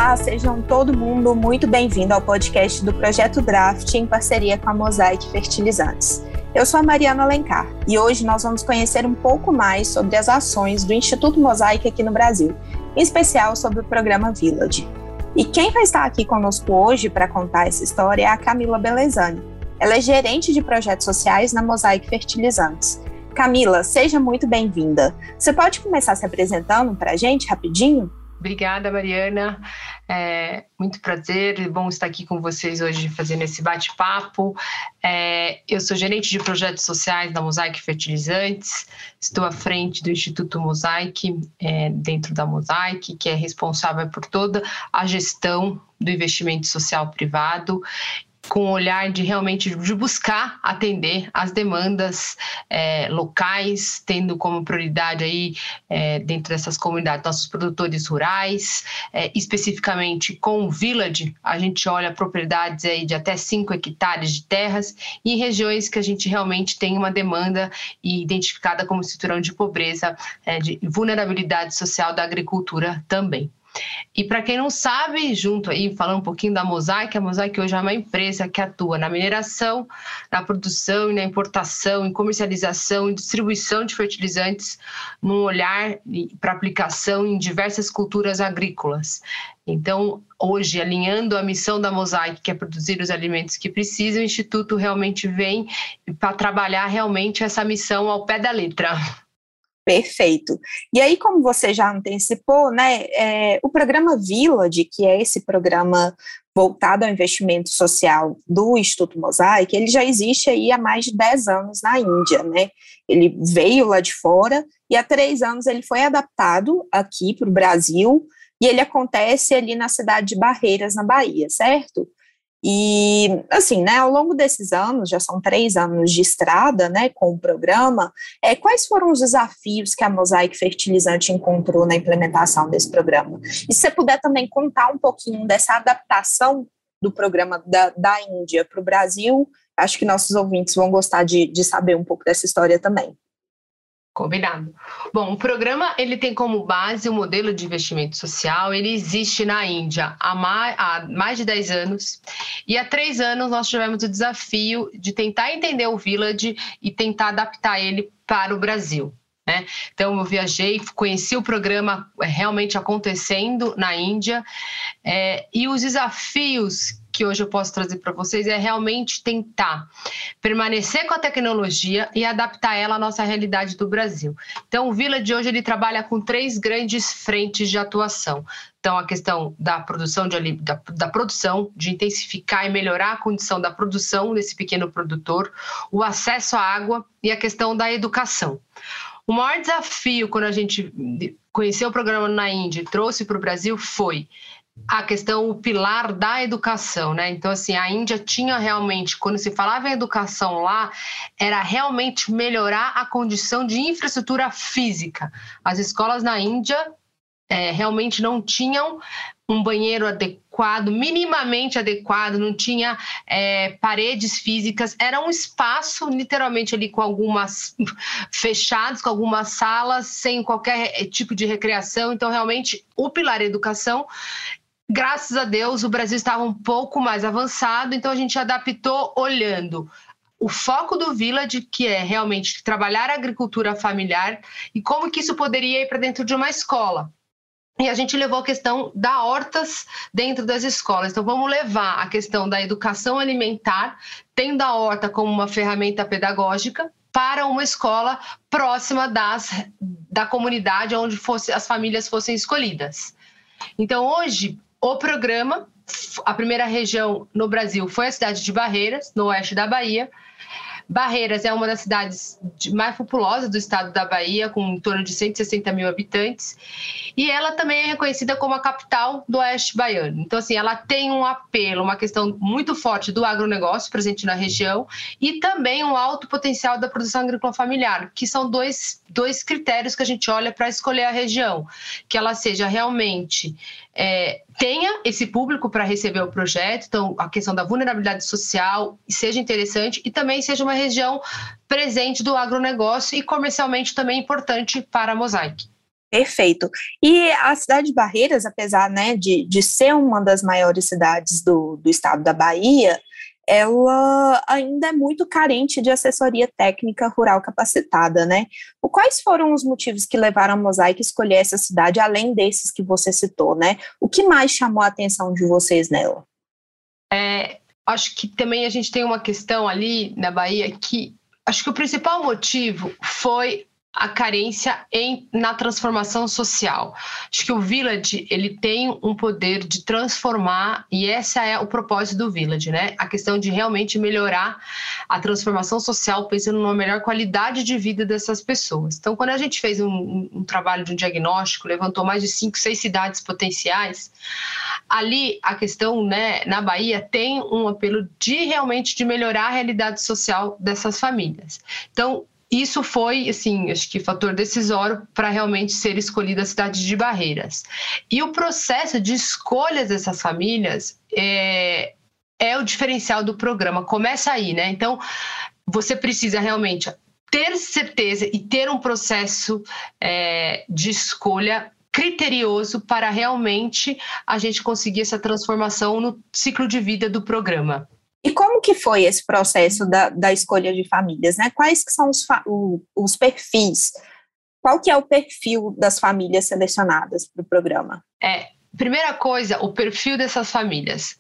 Olá, sejam todo mundo muito bem-vindo ao podcast do Projeto Draft em parceria com a Mosaic Fertilizantes. Eu sou a Mariana Alencar e hoje nós vamos conhecer um pouco mais sobre as ações do Instituto Mosaic aqui no Brasil, em especial sobre o programa Village. E quem vai estar aqui conosco hoje para contar essa história é a Camila Belezani. Ela é gerente de projetos sociais na Mosaic Fertilizantes. Camila, seja muito bem-vinda. Você pode começar se apresentando para a gente rapidinho? Obrigada, Mariana. Muito prazer, bom estar aqui com vocês hoje fazendo esse bate-papo. Eu sou gerente de projetos sociais da Mosaic Fertilizantes, estou à frente do Instituto Mosaic, dentro da Mosaic, que é responsável por toda a gestão do investimento social privado, com o olhar de realmente de buscar atender as demandas locais, tendo como prioridade aí dentro dessas comunidades nossos produtores rurais, especificamente com o Village, a gente olha propriedades aí de até 5 hectares de terras em regiões que a gente realmente tem uma demanda identificada como cinturão de pobreza, de vulnerabilidade social da agricultura também. E para quem não sabe, junto aí, falando um pouquinho da Mosaic, a Mosaic hoje é uma empresa que atua na mineração, na produção e na importação, em comercialização e distribuição de fertilizantes, num olhar para aplicação em diversas culturas agrícolas. Então, hoje, alinhando a missão da Mosaic, que é produzir os alimentos que precisam, o Instituto realmente vem para trabalhar realmente essa missão ao pé da letra. Perfeito. E aí, como você já antecipou, né, o programa Village, que é esse programa voltado ao investimento social do Instituto Mosaic, ele já existe aí há mais de 10 anos na Índia, né? Ele veio lá de fora e há 3 anos ele foi adaptado aqui para o Brasil e ele acontece ali na cidade de Barreiras, na Bahia, certo? E, assim, né, ao longo desses anos, já são 3 anos de estrada, né, com o programa, quais foram os desafios que a Mosaic Fertilizante encontrou na implementação desse programa? E se você puder também contar um pouquinho dessa adaptação do programa da Índia para o Brasil, acho que nossos ouvintes vão gostar de saber um pouco dessa história também. Combinado. Bom, o programa ele tem como base o modelo de investimento social, ele existe na Índia há mais de 10 anos e há 3 anos nós tivemos o desafio de tentar entender o Village e tentar adaptar ele para o Brasil. Né? Então eu viajei, conheci o programa realmente acontecendo na Índia e os desafios que hoje eu posso trazer para vocês é realmente tentar permanecer com a tecnologia e adaptar ela à nossa realidade do Brasil. Então, o Village hoje ele trabalha com 3 grandes frentes de atuação. Então, a questão da produção, de intensificar e melhorar a condição da produção desse pequeno produtor, o acesso à água e a questão da educação. O maior desafio quando a gente conheceu o programa na Índia e trouxe para o Brasil foi a questão, o pilar da educação, né? Então, assim, a Índia tinha realmente, quando se falava em educação lá, era realmente melhorar a condição de infraestrutura física. As escolas na Índia realmente não tinham um banheiro adequado, minimamente adequado, não tinha paredes físicas, era um espaço literalmente ali com algumas fechados, com algumas salas, sem qualquer tipo de recreação. Então, realmente, o pilar educação, graças a Deus, o Brasil estava um pouco mais avançado, então a gente adaptou olhando o foco do Village, que é realmente trabalhar a agricultura familiar e como que isso poderia ir para dentro de uma escola. E a gente levou a questão da hortas dentro das escolas. Então, vamos levar a questão da educação alimentar, tendo a horta como uma ferramenta pedagógica, para uma escola próxima da comunidade onde as famílias fossem escolhidas. Então, hoje, o programa, a primeira região no Brasil foi a cidade de Barreiras, no oeste da Bahia. Barreiras é uma das cidades mais populosas do estado da Bahia, com em torno de 160 mil habitantes, e ela também é reconhecida como a capital do oeste baiano. Então, assim, ela tem um apelo, uma questão muito forte do agronegócio presente na região e também um alto potencial da produção agrícola familiar, que são dois critérios que a gente olha para escolher a região, que ela seja realmente tenha esse público para receber o projeto, então a questão da vulnerabilidade social seja interessante e também seja uma região presente do agronegócio e comercialmente também importante para a Mosaic. Perfeito. E a cidade de Barreiras, apesar, né, de ser uma das maiores cidades do estado da Bahia, ela ainda é muito carente de assessoria técnica rural capacitada, né? Quais foram os motivos que levaram a Mosaic a escolher essa cidade, além desses que você citou, né? O que mais chamou a atenção de vocês nela? Acho que também a gente tem uma questão ali na Bahia que acho que o principal motivo foi a carência na transformação social. Acho que o Village, ele tem um poder de transformar, e esse é o propósito do Village, né? A questão de realmente melhorar a transformação social, pensando numa melhor qualidade de vida dessas pessoas. Então, quando a gente fez um trabalho de um diagnóstico, levantou mais de 5, 6 cidades potenciais, ali a questão, né, na Bahia tem um apelo realmente de melhorar a realidade social dessas famílias. Então, isso foi, assim, acho que fator decisório para realmente ser escolhida a cidade de Barreiras. E o processo de escolhas dessas famílias é o diferencial do programa. Começa aí, né? Então, você precisa realmente ter certeza e ter um processo de escolha criterioso para realmente a gente conseguir essa transformação no ciclo de vida do programa. E como que foi esse processo da escolha de famílias, né? Quais que são os perfis? Qual que é o perfil das famílias selecionadas para o programa? Primeira coisa, o perfil dessas famílias.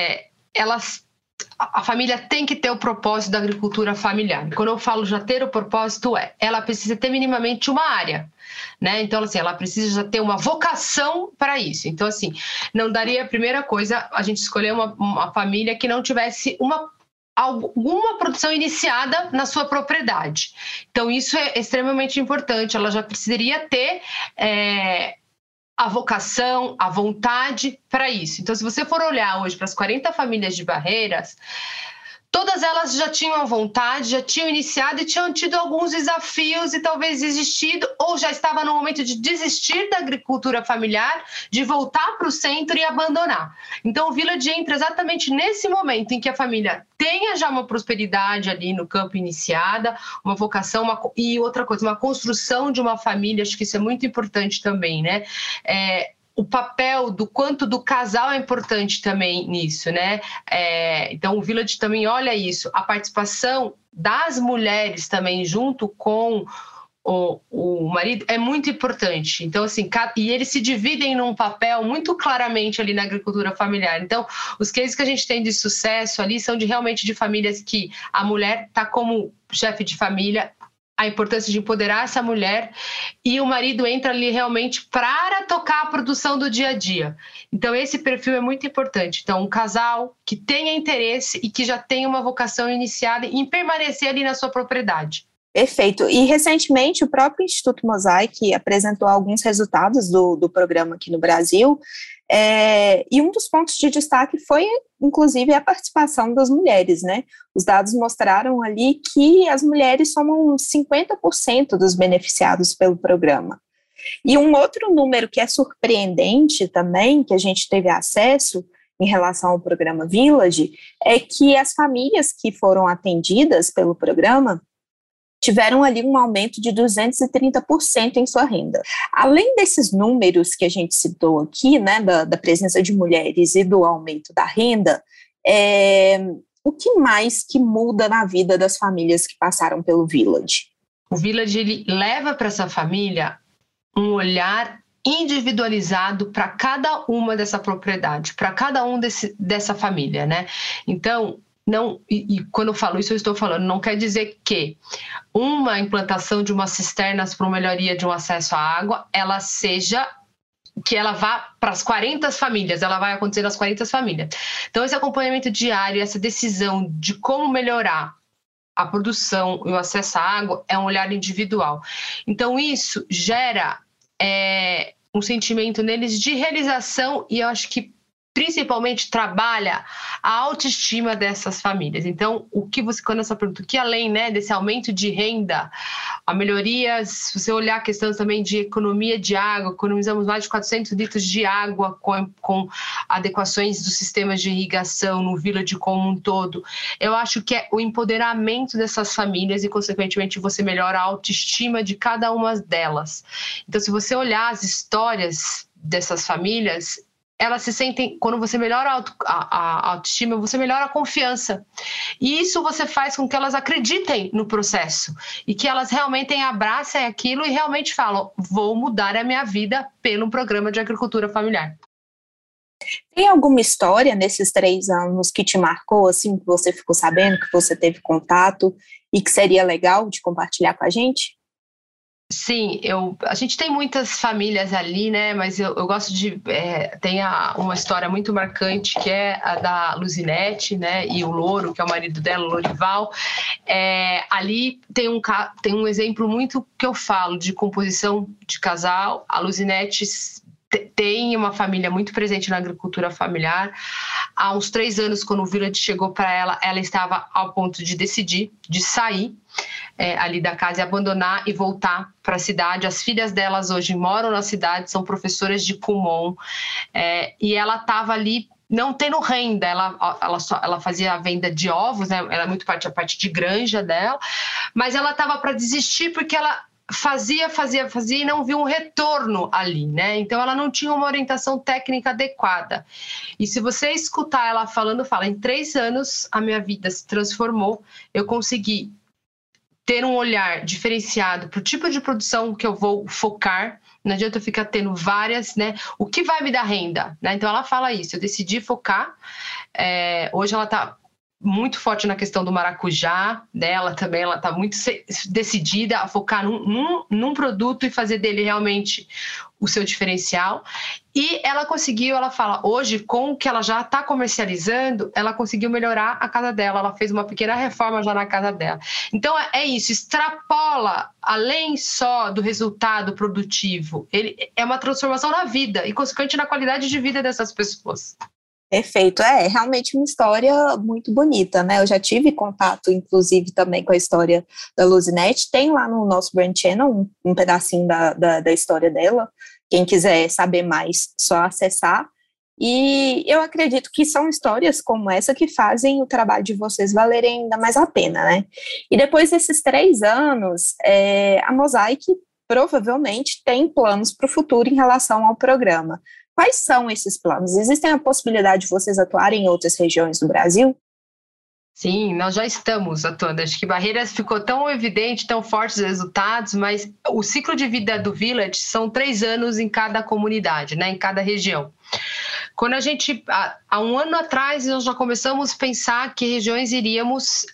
A família tem que ter o propósito da agricultura familiar. Quando eu falo já ter o propósito, ela precisa ter minimamente uma área, né? Então, assim, ela precisa já ter uma vocação para isso. Então, assim, não daria, a primeira coisa, a gente escolher uma família que não tivesse alguma produção iniciada na sua propriedade. Então, isso é extremamente importante. Ela já precisaria ter a vocação, a vontade para isso. Então, se você for olhar hoje para as 40 famílias de Barreiras, todas elas já tinham a vontade, já tinham iniciado e tinham tido alguns desafios e talvez desistido, ou já estava no momento de desistir da agricultura familiar, de voltar para o centro e abandonar. Então, o Village entra exatamente nesse momento em que a família tenha já uma prosperidade ali no campo iniciada, uma vocação, e outra coisa, uma construção de uma família, acho que isso é muito importante também, né? O papel do quanto do casal é importante também nisso, né? Então, o Village também olha isso, a participação das mulheres também junto com o marido é muito importante. Então, assim, e eles se dividem num papel muito claramente ali na agricultura familiar. Então, os cases que a gente tem de sucesso ali são realmente de famílias que a mulher está como chefe de família, a importância de empoderar essa mulher, e o marido entra ali realmente para tocar a produção do dia a dia. Então, esse perfil é muito importante. Então, um casal que tenha interesse e que já tenha uma vocação iniciada em permanecer ali na sua propriedade. Perfeito. E, recentemente, o próprio Instituto Mosaic apresentou alguns resultados do programa aqui no Brasil, e um dos pontos de destaque foi, inclusive, a participação das mulheres, né? Os dados mostraram ali que as mulheres somam 50% dos beneficiados pelo programa. E um outro número que é surpreendente também, que a gente teve acesso em relação ao programa Village, é que as famílias que foram atendidas pelo programa tiveram ali um aumento de 230% em sua renda. Além desses números que a gente citou aqui, né, da presença de mulheres e do aumento da renda, o que mais que muda na vida das famílias que passaram pelo Village? O Village, ele leva para essa família um olhar individualizado para cada uma dessa propriedade, para cada um dessa família, né? Então, não, e quando eu falo isso, eu estou falando, não quer dizer que uma implantação de umas cisternas para uma melhoria de um acesso à água, que ela vá para as 40 famílias, ela vai acontecer nas 40 famílias. Então, esse acompanhamento diário, essa decisão de como melhorar a produção e o acesso à água é um olhar individual. Então, isso gera um sentimento neles de realização, e eu acho que principalmente trabalha a autoestima dessas famílias. Então, quando essa pergunta, o que além, né, desse aumento de renda, a melhoria, se você olhar a questão também de economia de água, economizamos mais de 400 litros de água com adequações dos sistemas de irrigação no Village como um todo. Eu acho que é o empoderamento dessas famílias e, consequentemente, você melhora a autoestima de cada uma delas. Então, se você olhar as histórias dessas famílias, elas se sentem, quando você melhora a autoestima, você melhora a confiança. E isso você faz com que elas acreditem no processo e que elas realmente abracem aquilo e realmente falam, vou mudar a minha vida pelo programa de agricultura familiar. Tem alguma história nesses 3 anos que te marcou, assim, que você ficou sabendo, que você teve contato e que seria legal de compartilhar com a gente? Sim, a gente tem muitas famílias ali, né? Mas eu gosto de... tem uma história muito marcante, que é a da Luzinete, né? E o Louro, que é o marido dela, o Lorival. Ali tem um exemplo muito que eu falo de composição de casal. A Luzinete tem uma família muito presente na agricultura familiar. Há uns 3 anos, quando o Village chegou para ela, ela estava ao ponto de decidir, de sair ali da casa e abandonar e voltar para a cidade. As filhas delas hoje moram na cidade, são professoras de Kumon, e ela estava ali não tendo renda. Ela fazia a venda de ovos, né? Era muito a parte de granja dela, mas ela estava para desistir porque ela fazia e não viu um retorno ali, né? Então ela não tinha uma orientação técnica adequada. E se você escutar ela falando, em 3 anos a minha vida se transformou, eu consegui ter um olhar diferenciado para o tipo de produção que eu vou focar. Não adianta eu ficar tendo várias, né? O que vai me dar renda, né? Então ela fala isso, eu decidi focar. Hoje ela está muito forte na questão do maracujá dela também, ela está muito decidida a focar num produto e fazer dele realmente o seu diferencial. E ela conseguiu, ela fala, hoje com o que ela já está comercializando, ela conseguiu melhorar a casa dela, ela fez uma pequena reforma já na casa dela. Então é isso, extrapola além só do resultado produtivo, ele é uma transformação na vida e consequente na qualidade de vida dessas pessoas. Perfeito, é realmente uma história muito bonita, né? Eu já tive contato, inclusive, também com a história da Luzinete. Tem lá no nosso Brand Channel um pedacinho da história dela. Quem quiser saber mais, só acessar. E eu acredito que são histórias como essa que fazem o trabalho de vocês valerem ainda mais a pena, né? E depois desses 3 anos, a Mosaic provavelmente tem planos para o futuro em relação ao programa. Quais são esses planos? Existem a possibilidade de vocês atuarem em outras regiões do Brasil? Sim, nós já estamos atuando. Acho que Barreiras ficou tão evidente, tão fortes os resultados, mas o ciclo de vida do Village são 3 anos em cada comunidade, né, em cada região. Quando há 1 ano atrás, nós já começamos a pensar que regiões iríamos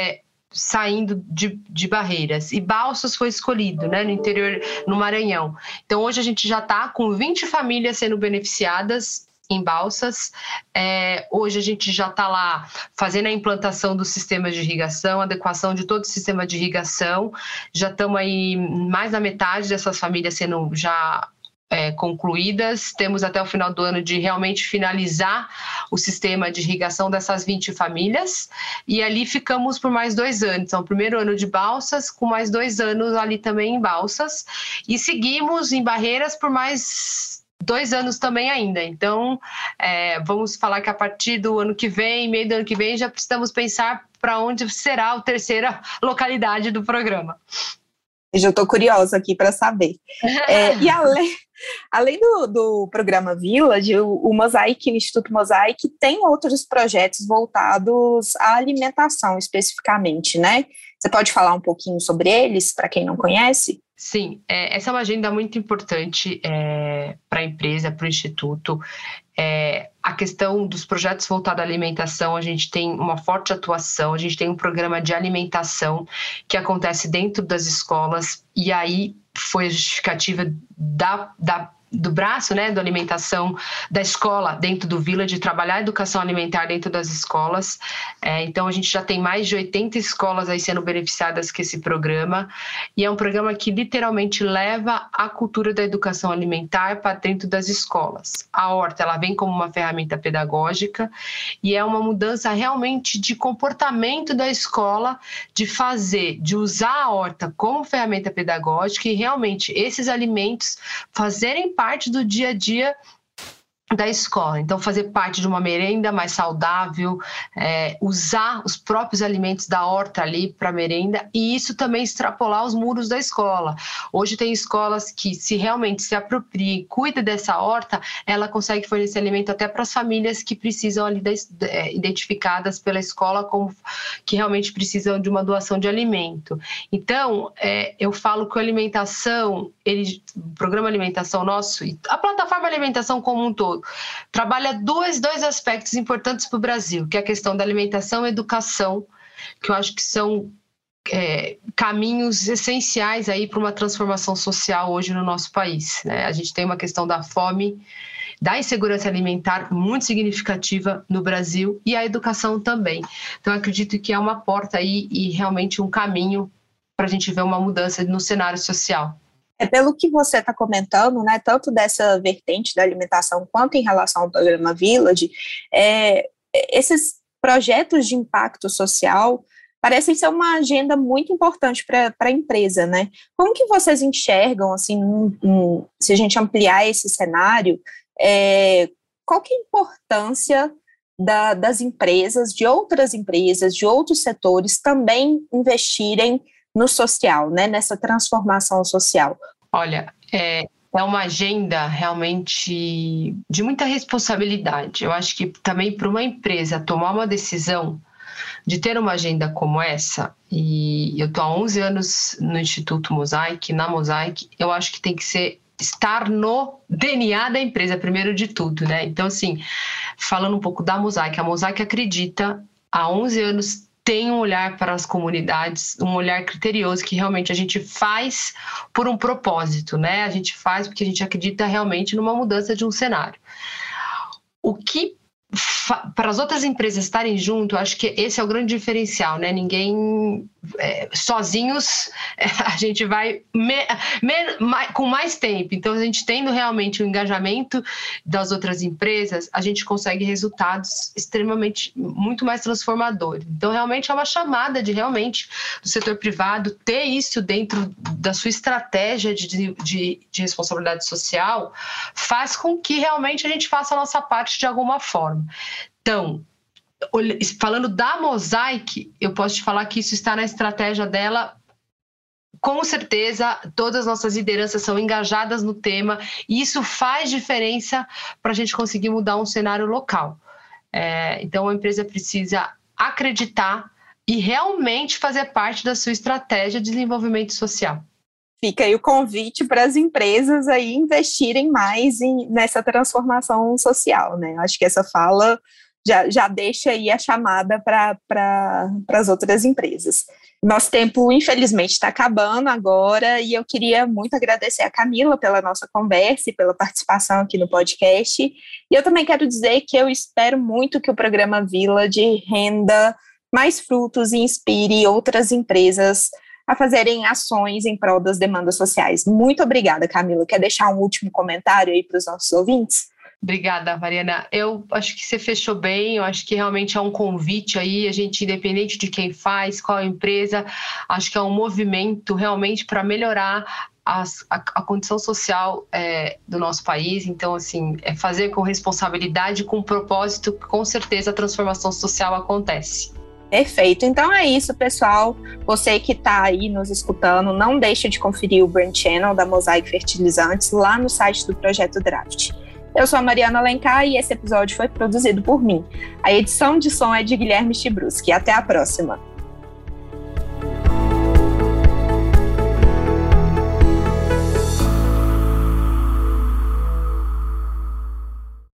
saindo de Barreiras, e Balsas foi escolhido, né, no interior, no Maranhão. Então hoje a gente já está com 20 famílias sendo beneficiadas em Balsas. Hoje a gente já está lá fazendo a implantação dos sistemas de irrigação, adequação de todo o sistema de irrigação. Já estamos aí mais da metade dessas famílias sendo já concluídas. Temos até o final do ano de realmente finalizar o sistema de irrigação dessas 20 famílias, e ali ficamos por mais 2 anos. Então, o primeiro ano de Balsas, com mais 2 anos ali também em Balsas, e seguimos em Barreiras por mais 2 anos também ainda. Então, vamos falar que a partir do ano que vem, meio do ano que vem, já precisamos pensar para onde será a 3ª localidade do programa. Eu já estou curiosa aqui para saber. E além do programa Village, o Mosaic, o Instituto Mosaic, tem outros projetos voltados à alimentação especificamente, né? Você pode falar um pouquinho sobre eles, para quem não conhece? Sim, essa é uma agenda muito importante para a empresa, para o Instituto. A questão dos projetos voltados à alimentação, a gente tem uma forte atuação, a gente tem um programa de alimentação que acontece dentro das escolas, e aí foi a justificativa do braço, né, da alimentação da escola dentro do Village, trabalhar a educação alimentar dentro das escolas. Então, a gente já tem mais de 80 escolas aí sendo beneficiadas com esse programa, e é um programa que literalmente leva a cultura da educação alimentar para dentro das escolas. A horta, ela vem como uma ferramenta pedagógica e é uma mudança realmente de comportamento da escola, de usar a horta como ferramenta pedagógica e realmente esses alimentos fazerem parte do dia a dia da escola. Então, fazer parte de uma merenda mais saudável, usar os próprios alimentos da horta ali para merenda, e isso também extrapolar os muros da escola. Hoje tem escolas que, se realmente se apropriem, cuida dessa horta, ela consegue fornecer alimento até para as famílias que precisam ali identificadas pela escola como que realmente precisam de uma doação de alimento. Então, eu falo que a alimentação, o programa alimentação nosso, e a plataforma alimentação como um todo, trabalha dois aspectos importantes para o Brasil, que é a questão da alimentação e educação, que eu acho que são caminhos essenciais aí para uma transformação social hoje no nosso país, né? A gente tem uma questão da fome, da insegurança alimentar muito significativa no Brasil, e a educação também. Então, eu acredito que é uma porta aí e realmente um caminho para a gente ver uma mudança no cenário social. Pelo que você está comentando, né, tanto dessa vertente da alimentação quanto em relação ao programa Village, esses projetos de impacto social parecem ser uma agenda muito importante para a empresa, né? Como que vocês enxergam, assim, se a gente ampliar esse cenário, qual que é a importância das empresas, de outros setores também investirem no social, né, nessa transformação social? Olha, é uma agenda realmente de muita responsabilidade. Eu acho que também para uma empresa tomar uma decisão de ter uma agenda como essa, e eu estou há 11 anos no Instituto Mosaic, na Mosaic, eu acho que tem que estar no DNA da empresa, primeiro de tudo, né? Então, assim, falando um pouco da Mosaic, a Mosaic acredita, há 11 anos, tem um olhar para as comunidades, um olhar criterioso que realmente a gente faz por um propósito, né? A gente faz porque a gente acredita realmente numa mudança de um cenário. O que para as outras empresas estarem junto, eu acho que esse é o grande diferencial, né? Ninguém sozinhos, a gente vai com mais tempo. Então, a gente tendo realmente o engajamento das outras empresas, a gente consegue resultados extremamente, muito mais transformadores. Então, realmente é uma chamada do setor privado ter isso dentro da sua estratégia de responsabilidade social, faz com que realmente a gente faça a nossa parte de alguma forma. Então, falando da Mosaic, eu posso te falar que isso está na estratégia dela. Com certeza, todas as nossas lideranças são engajadas no tema e isso faz diferença para a gente conseguir mudar um cenário local. Então, a empresa precisa acreditar e realmente fazer parte da sua estratégia de desenvolvimento social. Fica aí o convite para as empresas aí investirem mais nessa transformação social, né? Acho que essa fala já deixa aí a chamada para as outras empresas. Nosso tempo, infelizmente, está acabando agora e eu queria muito agradecer a Camila pela nossa conversa e pela participação aqui no podcast. E eu também quero dizer que eu espero muito que o programa Village renda mais frutos e inspire outras empresas a fazerem ações em prol das demandas sociais. Muito obrigada, Camila. Quer deixar um último comentário aí para os nossos ouvintes? Obrigada, Mariana. Eu acho que você fechou bem, eu acho que realmente é um convite aí, a gente, independente de quem faz, qual empresa, acho que é um movimento realmente para melhorar a condição social do nosso país. Então, assim, fazer com responsabilidade, com propósito, com certeza a transformação social acontece. Perfeito. Então é isso, pessoal. Você que está aí nos escutando, não deixe de conferir o Brand Channel da Mosaic Fertilizantes lá no site do Projeto Draft. Eu sou a Mariana Alencar e esse episódio foi produzido por mim. A edição de som é de Guilherme Chibruski. Até a próxima.